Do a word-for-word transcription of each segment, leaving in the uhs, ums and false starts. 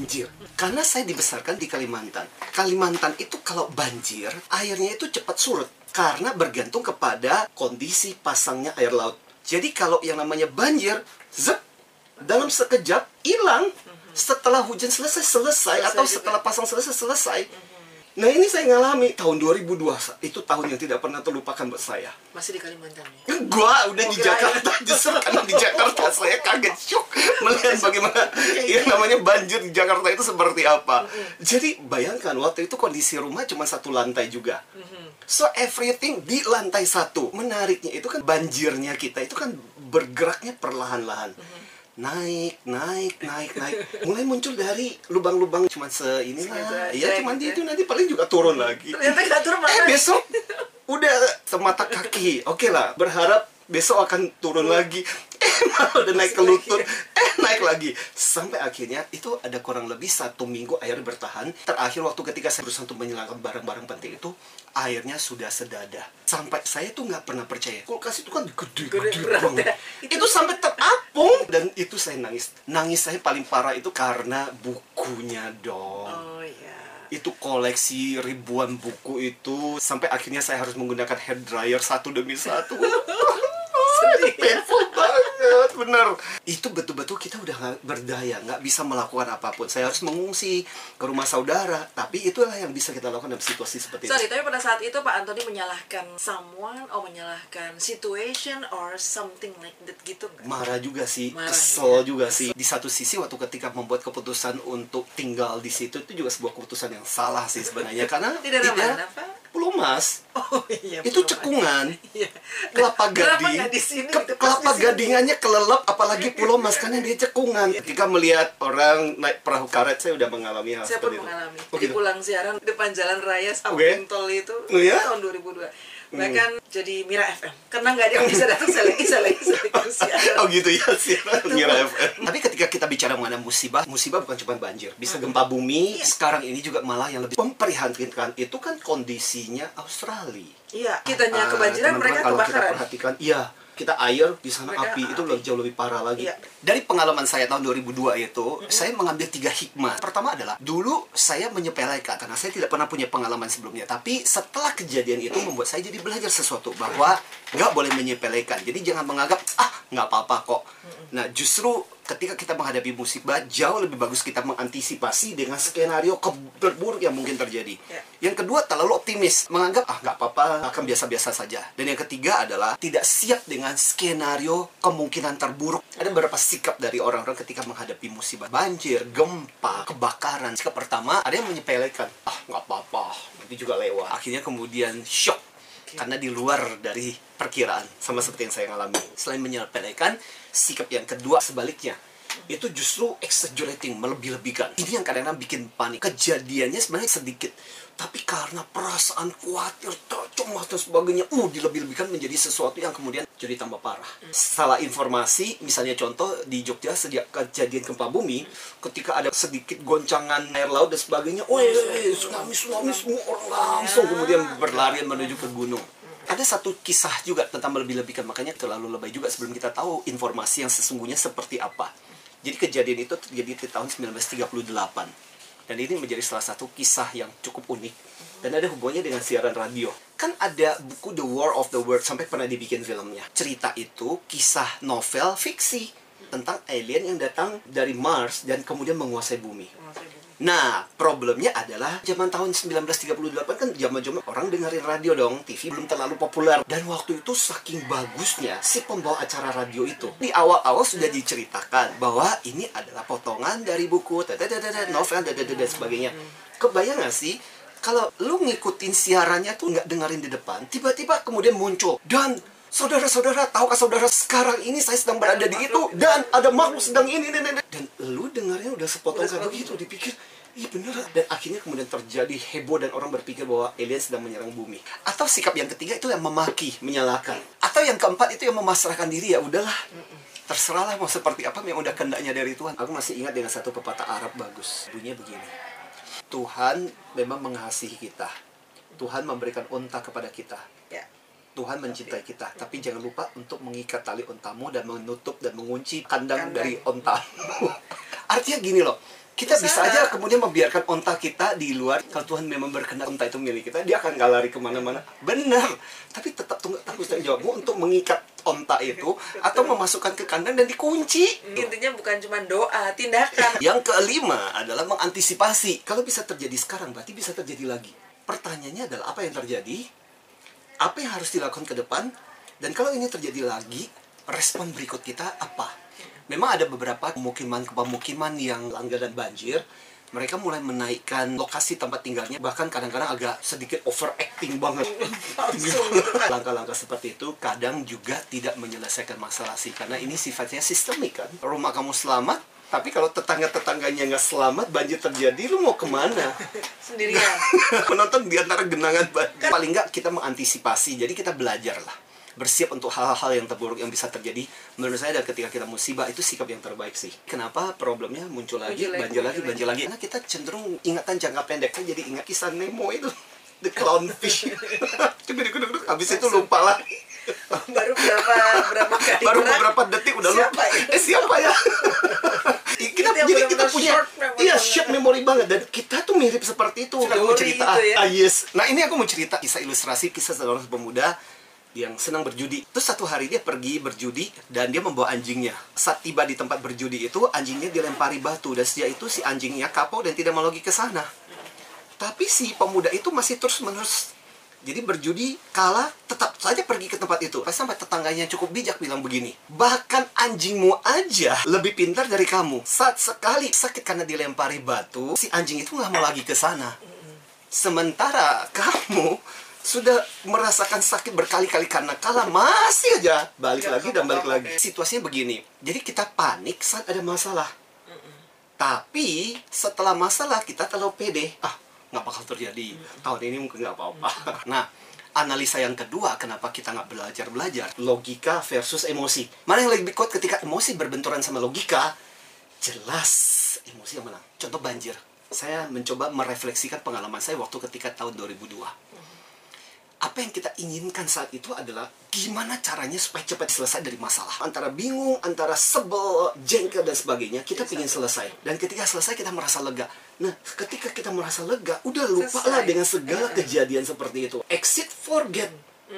banjir. Karena saya dibesarkan di Kalimantan. Kalimantan itu kalau banjir, airnya itu cepat surut. Karena bergantung kepada kondisi pasangnya air laut. Jadi kalau yang namanya banjir, zep, dalam sekejap hilang. Setelah hujan selesai, selesai. Atau setelah pasang selesai, selesai. Nah ini saya ngalami tahun dua ribu dua. Itu tahun yang tidak pernah terlupakan buat saya. Masih di Kalimantan ya? Gua udah oh, di Jakarta. Justru karena di Jakarta saya kaget, shock melihat bagaimana yang namanya banjir di Jakarta itu seperti apa. Jadi bayangkan waktu itu kondisi rumah cuma satu lantai juga. So everything di lantai satu. Menariknya itu kan banjirnya kita itu kan bergeraknya perlahan-lahan. Naik, naik, naik, naik. Mulai muncul dari lubang-lubang cuma se inilah. Iya, cuma di itu nanti paling juga turun lagi. Ternyata nggak turun malah. Eh besok udah semata kaki. Oke lah, berharap besok akan turun lagi. Eh malah udah naik ke lutut. Eh naik lagi. Sampai akhirnya itu ada kurang lebih satu minggu air bertahan. Terakhir waktu ketika saya berusaha untuk menyelamatkan barang-barang penting itu, airnya sudah sedada. Sampai saya tuh nggak pernah percaya. Kulkas itu kan gede-gede banget. Itu, itu sampai terapung. Dan itu saya nangis. Nangis saya paling parah itu karena bukunya dong. Oh iya. Itu koleksi ribuan buku itu. Sampai akhirnya saya harus menggunakan hair dryer satu demi satu. Painful banget, bener. Itu betul-betul kita udah gak berdaya, nggak bisa melakukan apapun. Saya harus mengungsi ke rumah saudara. Tapi itulah yang bisa kita lakukan dalam situasi seperti Sorry, itu. tapi pada saat itu Pak Antoni menyalahkan someone, or menyalahkan situation, or something like that gitu nggak? Marah juga sih, Marah, kesel ya. juga sih. Di satu sisi waktu ketika membuat keputusan untuk tinggal di situ, itu juga sebuah keputusan yang salah sih sebenarnya. Karena Tidak ada mana, Pak? Pulau Mas. Oh iya. Itu cekungan. Iya. Kelapa Kenapa Gading. nggak di sini? Ke, Gitu, pas kelapa di sini. gadingannya kelelep, apalagi Pulau Mas karena dia cekungan. Ketika melihat orang naik perahu karet, saya udah mengalami hal Saya pun seperti itu. mengalami. Oh, Jadi gitu? pulang siaran depan jalan raya Samping Okay. Tol itu Oh, ya? tahun dua ribu dua. Bahkan hmm. jadi Mira F M. Karena nggak ada yang bisa datang, saya lagi, saya lagi, saya lagi siaran. Oh gitu ya, siaran Mira F M. Tapi ketika kita bicara mengenai musibah, musibah bukan cuma banjir, bisa Hmm. gempa bumi. Iya. Sekarang ini juga malah yang lebih memprihatinkan itu kan kondisinya Australia. Iya, kitanya Ah, kebanjiran, teman-teman, mereka kalau kita kebakaran. perhatikan, iya, kita air di sana Mereka api, itu api. jauh lebih parah lagi. Iya. Dari pengalaman saya tahun dua ribu dua itu, mm-hmm. saya mengambil tiga hikmah. Pertama adalah, dulu saya menyepelekan karena saya tidak pernah punya pengalaman sebelumnya. Tapi setelah kejadian itu membuat saya jadi belajar sesuatu bahwa nggak boleh menyepelekan. Jadi jangan menganggap, ah nggak apa-apa kok. Mm-hmm. Nah justru ketika kita menghadapi musibah, jauh lebih bagus kita mengantisipasi dengan skenario terburuk yang mungkin terjadi. Yeah. Yang kedua, terlalu optimis. Menganggap, ah nggak apa-apa, akan biasa-biasa saja. Dan yang ketiga adalah, tidak siap dengan skenario kemungkinan terburuk. Ada beberapa sikap dari orang-orang ketika menghadapi musibah. Banjir, gempa, kebakaran. Sikap pertama, ada yang menyepelekan. Ah nggak apa-apa, nanti juga lewat. Akhirnya kemudian shock. Karena di luar dari perkiraan, sama seperti yang saya alami. Selain menyepelekan, sikap yang kedua sebaliknya, itu justru exaggerating, melebih-lebihkan. Ini yang kadang-kadang bikin panik. Kejadiannya sebenarnya sedikit, tapi karena perasaan khawatir, cemas dan sebagainya, uh dilebih-lebihkan menjadi sesuatu yang kemudian jadi tambah parah. Salah informasi, misalnya contoh di Jogja sejak kejadian gempa bumi, ketika ada sedikit goncangan air laut dan sebagainya, oh tsunami, tsunami, semua orang langsung kemudian berlarian menuju ke gunung. Ada satu kisah juga tentang melebih-lebihkan, makanya terlalu lebay juga sebelum kita tahu informasi yang sesungguhnya seperti apa. Jadi kejadian itu terjadi di tahun sembilan belas tiga puluh delapan. Dan ini menjadi salah satu kisah yang cukup unik. Dan ada hubungannya dengan siaran radio. Kan ada buku The War of the World, sampai pernah dibikin filmnya. Cerita itu kisah novel fiksi tentang alien yang datang dari Mars dan kemudian menguasai bumi. Nah, problemnya adalah zaman tahun sembilan belas tiga puluh delapan kan zaman-zaman orang dengerin radio dong, T V belum terlalu populer. Dan waktu itu saking bagusnya si pembawa acara radio itu. Di awal-awal sudah diceritakan bahwa ini adalah potongan dari buku, novel, dan sebagainya. Kebayang gak sih? Kalau lu ngikutin siarannya tuh nggak dengerin di depan, tiba-tiba kemudian muncul. Dan saudara-saudara, tahukah saudara sekarang ini saya sedang berada di itu dan ada makhluk sedang ini, ini, ini. Dan lu dengarnya udah sepotong kayak begitu, dipikir, iya bener. Dan akhirnya kemudian terjadi heboh dan orang berpikir bahwa alien sedang menyerang bumi. Atau sikap yang ketiga itu yang memaki, menyalahkan. Atau yang keempat itu yang memasrahkan diri, ya udahlah. Terserahlah mau seperti apa, yang udah kehendaknya dari Tuhan. Aku masih ingat dengan satu pepatah Arab bagus. Bunyinya begini. Tuhan memang mengasihi kita. Tuhan memberikan unta kepada kita. Ya. Tuhan mencintai kita, tapi jangan lupa untuk mengikat tali ontamu dan menutup dan mengunci kandang, kandang. dari ontamu. Artinya gini loh, Kita Usaha. bisa aja kemudian membiarkan onta kita di luar. Kalau Tuhan memang berkenan onta itu milik kita, dia akan nggak lari kemana-mana. Benar. Tapi tetap tunggu tanggung jawabmu untuk mengikat onta itu atau memasukkan ke kandang dan dikunci. Intinya bukan cuma doa, tindakan. Yang kelima adalah mengantisipasi. Kalau bisa terjadi sekarang, berarti bisa terjadi lagi. Pertanyaannya adalah apa yang terjadi? Apa yang harus dilakukan ke depan? Dan kalau ini terjadi lagi, respon berikut kita apa? Memang ada beberapa pemukiman-pemukiman yang langganan banjir. Mereka mulai menaikkan lokasi tempat tinggalnya, bahkan kadang-kadang agak sedikit overacting banget. Langkah-langkah seperti itu kadang juga tidak menyelesaikan masalah sih, karena ini sifatnya sistemik kan. Rumah kamu selamat, tapi kalau tetangga-tetangganya nggak selamat, banjir terjadi, lu mau kemana? Sendirian. Menonton di antara genangan banjir. Paling nggak kita mengantisipasi, jadi kita belajar lah. Bersiap untuk hal-hal yang terburuk yang bisa terjadi. Menurut saya ketika kita musibah, itu sikap yang terbaik sih. Kenapa problemnya muncul lagi, Muncul lagi, banjir lagi, muncul banjir lagi? Karena kita cenderung ingatan jangka pendek. Saya jadi ingat kisah Nemo itu. The clownfish. Duduk-duduk, habis itu lupa lagi. Baru berapa berapa kali Baru gerak, beberapa detik udah siapa lupa. ya? Eh siapa ya? kita Itu yang jadi kita benar-benar punya short memory iya banget. short memory banget, dan kita tuh mirip seperti itu. Aku mau Memori cerita itu ya. ah yes. Nah ini aku mau cerita kisah ilustrasi kisah seorang pemuda yang senang berjudi. Terus satu hari dia pergi berjudi dan dia membawa anjingnya. Saat tiba di tempat berjudi itu, anjingnya dilempari batu dan sejak itu si anjingnya kapok dan tidak mau lagi ke sana. Tapi si pemuda itu masih terus menerus. Jadi berjudi kalah, tetap saja pergi ke tempat itu. Sampai tetangganya cukup bijak bilang begini, bahkan anjingmu aja lebih pintar dari kamu. Saat sekali sakit karena dilempari batu, si anjing itu nggak mau lagi ke sana. Sementara kamu sudah merasakan sakit berkali-kali karena kalah, masih aja balik Gak lagi dan balik apa-apa. lagi. Situasinya begini, jadi kita panik saat ada masalah. Tapi setelah masalah kita terlalu pede. Ah, nggak bakal terjadi. Tahun ini mungkin nggak apa-apa. Nah, analisa yang kedua, kenapa kita nggak belajar-belajar? Logika versus emosi. Mana yang lebih kuat ketika emosi berbenturan sama logika? Jelas emosi yang menang. Contoh banjir. Saya mencoba merefleksikan pengalaman saya waktu ketika tahun dua ribu dua. Apa yang kita inginkan saat itu adalah gimana caranya supaya cepat selesai dari masalah. Antara bingung, antara sebel, jengkel, dan sebagainya. Kita ingin selesai. Dan ketika selesai, kita merasa lega. Nah, ketika kita merasa lega, udah lupalah Selesai. dengan segala kejadian seperti itu. Exit, forget.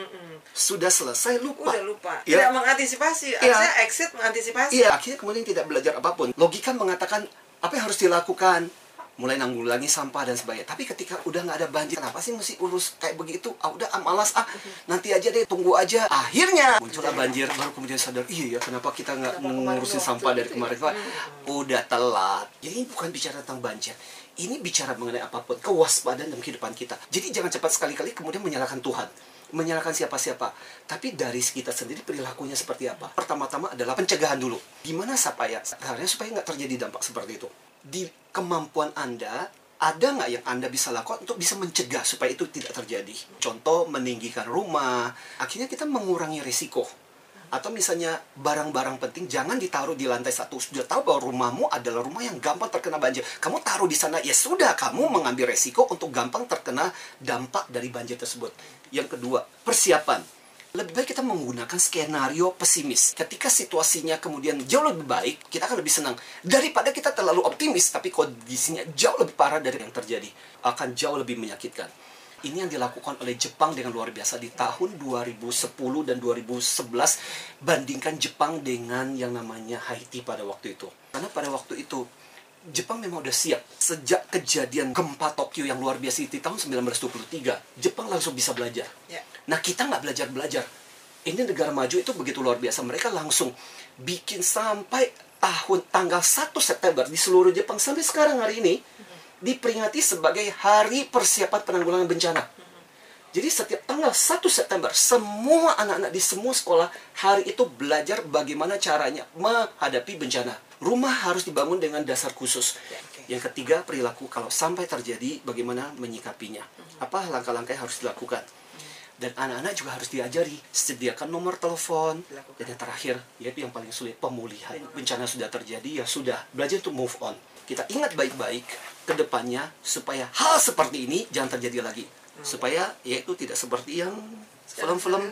Sudah selesai, lupa. Udah lupa. Ya. Tidak mengantisipasi. Iya. Harusnya exit mengantisipasi. Iya, akhirnya kemudian tidak belajar apapun. Logika mengatakan apa yang harus dilakukan. Mulai nanggulangi sampah dan sebagainya. Tapi ketika udah nggak ada banjir, kenapa sih mesti urus kayak begitu? Ah udah, ah, malas, ah nanti aja deh, tunggu aja. Akhirnya muncullah banjir, baru kemudian sadar, iya ya kenapa kita nggak Kenapa kemarin ngurusin waktu sampah dari itu kemarin? ya? Pak? Udah telat. Jadi ini bukan bicara tentang banjir. Ini bicara mengenai apapun, kewaspadaan dalam kehidupan kita. Jadi jangan cepat sekali-kali kemudian menyalahkan Tuhan, menyalahkan siapa-siapa. Tapi dari kita sendiri perilakunya seperti apa? Pertama-tama adalah pencegahan dulu. Gimana supaya, caranya supaya nggak terjadi dampak seperti itu? Di kemampuan Anda, ada nggak yang Anda bisa lakukan untuk bisa mencegah supaya itu tidak terjadi? Contoh, meninggikan rumah. Akhirnya kita mengurangi risiko. Atau misalnya barang-barang penting jangan ditaruh di lantai satu. Sudah tahu bahwa rumahmu adalah rumah yang gampang terkena banjir. Kamu taruh di sana, ya sudah, kamu mengambil resiko untuk gampang terkena dampak dari banjir tersebut. Yang kedua, persiapan. Lebih baik kita menggunakan skenario pesimis. Ketika situasinya kemudian jauh lebih baik, kita akan lebih senang. Daripada kita terlalu optimis, tapi kondisinya jauh lebih parah dari yang terjadi. Akan jauh lebih menyakitkan. Ini yang dilakukan oleh Jepang dengan luar biasa di tahun dua ribu sepuluh dan dua ribu sebelas. Bandingkan Jepang dengan yang namanya Haiti pada waktu itu. Karena pada waktu itu, Jepang memang udah siap. Sejak kejadian gempa Tokyo yang luar biasa di tahun sembilan belas dua puluh tiga, Jepang langsung bisa belajar. Ya. Nah, kita nggak belajar-belajar. Ini negara maju itu begitu luar biasa. Mereka langsung bikin sampai tahun tanggal satu September di seluruh Jepang sampai sekarang hari ini diperingati sebagai Hari Persiapan Penanggulangan Bencana. Jadi setiap tanggal satu September, semua anak-anak di semua sekolah hari itu belajar bagaimana caranya menghadapi bencana. Rumah harus dibangun dengan dasar khusus. Yang ketiga, perilaku. Kalau sampai terjadi, bagaimana menyikapinya. Apa langkah-langkah yang harus dilakukan. Dan anak-anak juga harus diajari. Sediakan nomor telepon. Dan yang terakhir, yaitu yang paling sulit, pemulihan. Bencana sudah terjadi, ya sudah. Belajar untuk move on. Kita ingat baik-baik ke depannya, supaya hal seperti ini jangan terjadi lagi. Supaya yaitu tidak seperti yang film-film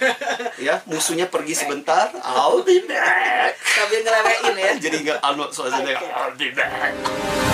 ya, musuhnya pergi sebentar, I'll be back. Sambil ngelewein ya. Jadi nggak Arnold Schwarzenegger, I'll be back.